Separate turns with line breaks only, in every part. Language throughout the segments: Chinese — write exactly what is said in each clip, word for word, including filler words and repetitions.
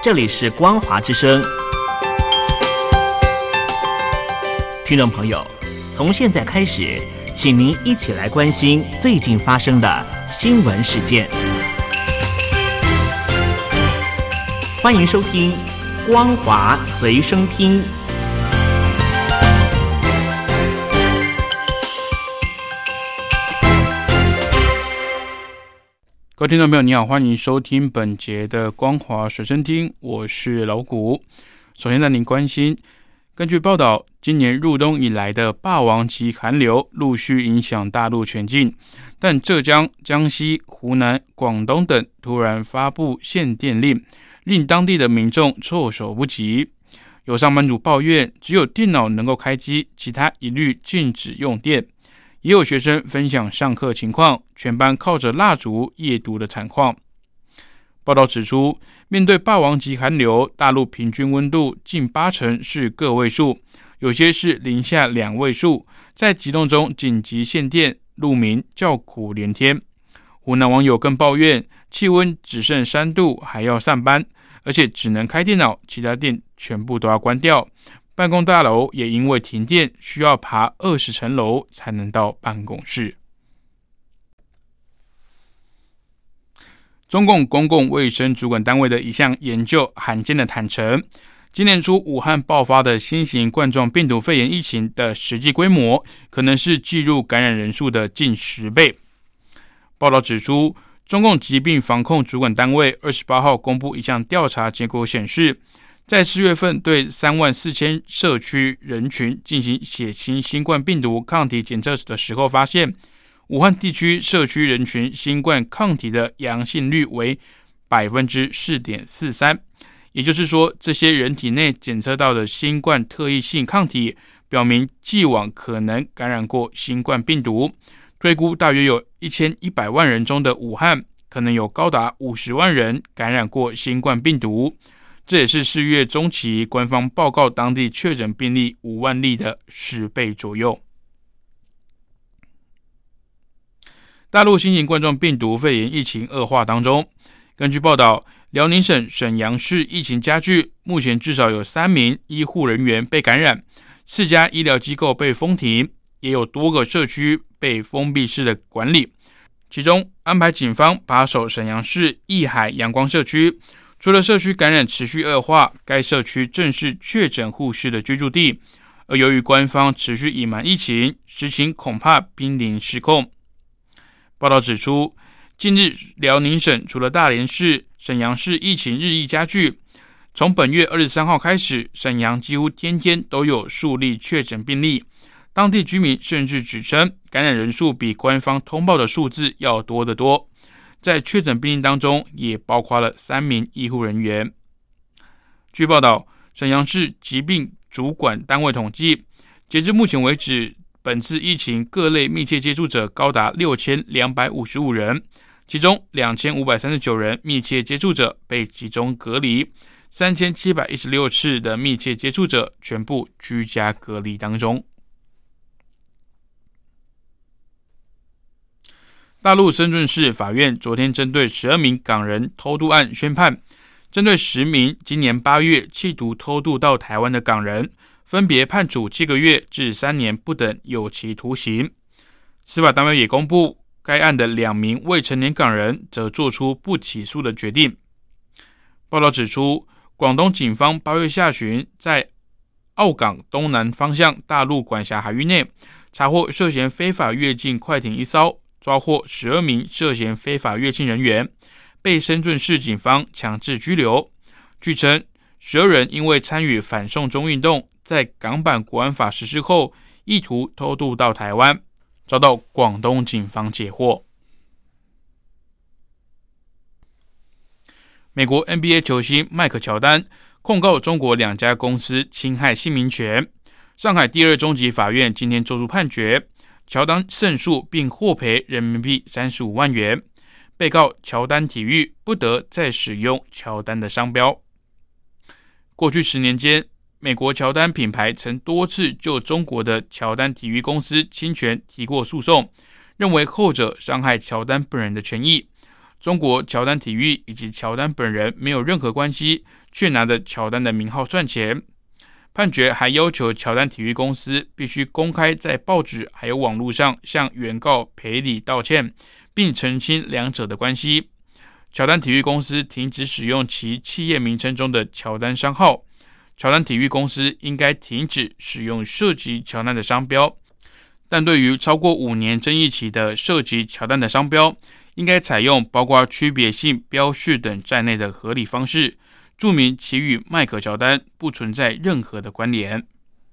这里是光华之声。听众朋友，从现在开始，请您一起来关心最近发生的新闻事件。欢迎收听光华随声听。
各位听众朋友，你好，欢迎收听本节的光华随身听，我是老谷。首先让您关心，根据报道，今年入冬以来的霸王级寒流陆续影响大陆全境，但浙江、江西、湖南、广东等突然发布限电令，令当地的民众措手不及。有上班族抱怨，只有电脑能够开机，其他一律禁止用电。也有学生分享上课情况，全班靠着蜡烛夜读的惨况。报道指出，面对霸王级寒流，大陆平均温度近八成是个位数，有些是零下两位数，在急冻中紧急限电，路民叫苦连天。湖南网友更抱怨，气温只剩三度还要上班，而且只能开电脑，其他电全部都要关掉。办公大楼也因为停电，需要爬二十层楼才能到办公室。中共公共卫生主管单位的一项研究罕见的坦诚，今年初武汉爆发的新型冠状病毒肺炎疫情的实际规模，可能是记录感染人数的近十倍。报道指出，中共疾病防控主管单位二十八号公布一项调查结果显示，在四月份对三万四千社区人群进行血清新冠病毒抗体检测的时候，发现武汉地区社区人群新冠抗体的阳性率为 百分之四点四三， 也就是说，这些人体内检测到的新冠特异性抗体表明既往可能感染过新冠病毒，推估大约有一千一百万人中的武汉可能有高达五十万人感染过新冠病毒，这也是四月中期官方报告当地确诊病例五万例的十倍左右。大陆新型冠状病毒肺炎疫情恶化当中，根据报道，辽宁省沈阳市疫情加剧，目前至少有三名医护人员被感染，四家医疗机构被封停，也有多个社区被封闭式的管理。其中安排警方把守沈阳市义海阳光社区，除了社区感染持续恶化，该社区正是确诊护士的居住地，而由于官方持续隐瞒疫情，实情恐怕濒临失控。报道指出，近日辽宁省除了大连市、沈阳市疫情日益加剧，从本月二十三号开始，沈阳几乎天天都有数例确诊病例，当地居民甚至指称感染人数比官方通报的数字要多得多。在确诊病例当中，也包括了三名医护人员。据报道，沈阳市疾病主管单位统计，截至目前为止，本次疫情各类密切接触者高达六千两百五十五人，其中两千五百三十九人密切接触者被集中隔离，三千七百一十六次的密切接触者全部居家隔离当中。大陆深圳市法院昨天针对十二名港人偷渡案宣判，针对十名今年八月企图偷渡到台湾的港人，分别判处七个月至三年不等有期徒刑。司法单位也公布，该案的两名未成年港人则做出不起诉的决定。报道指出，广东警方八月下旬在澳港东南方向大陆管辖海域内查获涉嫌非法越境快艇一艘，抓获十二名涉嫌非法越境人员，被深圳市警方强制拘留。据称，十二人因为参与反送中运动，在港版国安法实施后，意图偷渡到台湾，遭到广东警方截获。美国 N B A 球星迈克乔丹控告中国两家公司侵害姓名权，上海第二中级法院今天作出判决，乔丹胜诉并获赔人民币三十五万元，被告乔丹体育不得再使用乔丹的商标。过去十年间，美国乔丹品牌曾多次就中国的乔丹体育公司侵权提过诉讼，认为后者伤害乔丹本人的权益。 中国乔丹体育以及乔丹本人没有任何关系，却拿着乔丹的名号赚钱。判决还要求乔丹体育公司必须公开在报纸还有网络上向原告赔礼道歉，并澄清两者的关系。乔丹体育公司停止使用其企业名称中的乔丹商号，乔丹体育公司应该停止使用涉及乔丹的商标，但对于超过五年争议期的涉及乔丹的商标，应该采用包括区别性标示等在内的合理方式，注明其与迈克乔丹不存在任何的关联。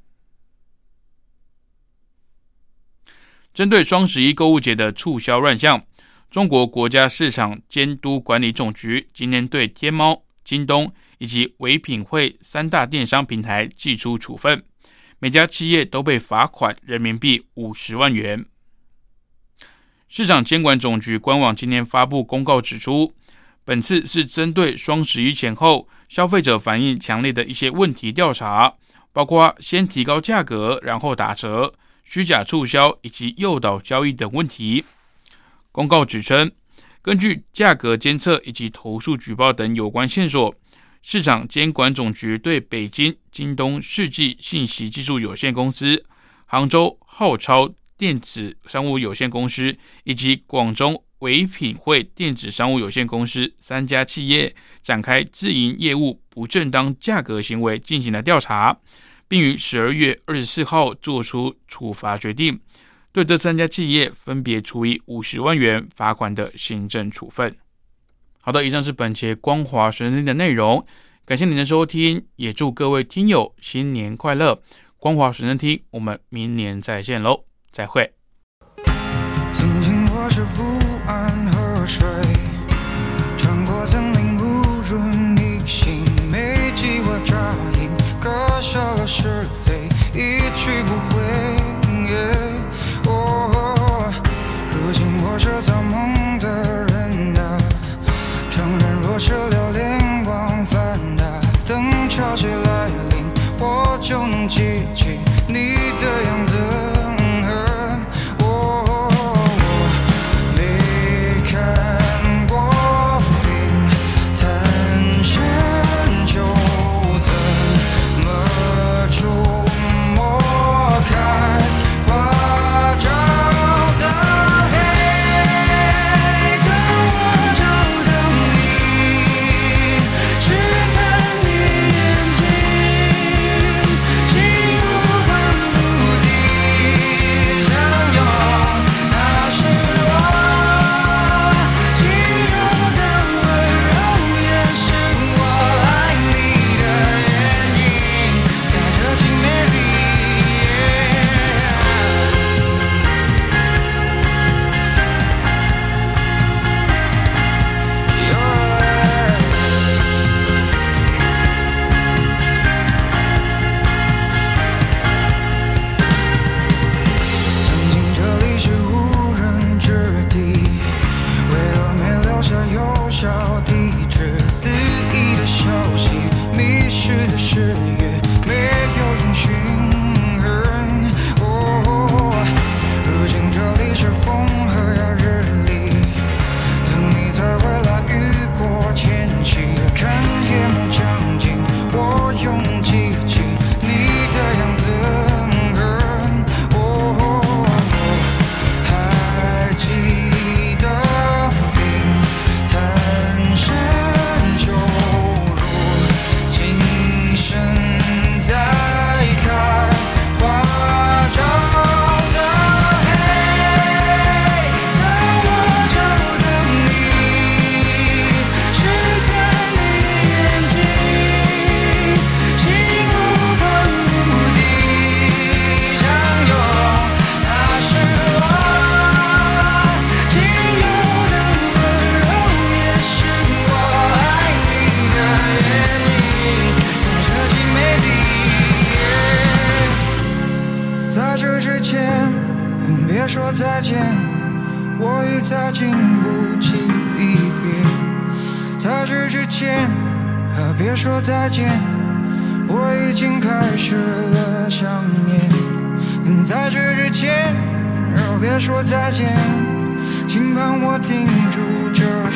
针对双十一购物节的促销乱象，中国国家市场监督管理总局今天对天猫、京东以及唯品会三大电商平台祭出处分，每家企业都被罚款人民币五十万元。市场监管总局官网今天发布公告指出，本次是针对双十一前后消费者反应强烈的一些问题调查，包括先提高价格然后打折、虚假促销以及诱导交易等问题。公告指称，根据价格监测以及投诉举报等有关线索，市场监管总局对北京京东世纪信息技术有限公司、杭州浩超电子商务有限公司以及广州唯品会电子商务有限公司三家企业展开自营业务不正当价格行为进行了调查，并于十二月二十四号作出处罚决定，对这三家企业分别处以五十万元罚款的行政处分。好的，以上是本节光华神听的内容，感谢您的收听，也祝各位听友新年快乐。光华神听，我们明年再见喽，再会。
曾经我是不安河水，穿过森林无人逆行，没计划扎营，割舍了是非，一去不回。哦，如今我是造梦的人啊，承认若是流连忘返啊，等潮起来临，我就能记起你的样子。别说再见，我已在经不起离别。在这之前，啊，别说再见，我已经开始了想念。在这之前，哦，别说再见，请帮我停住这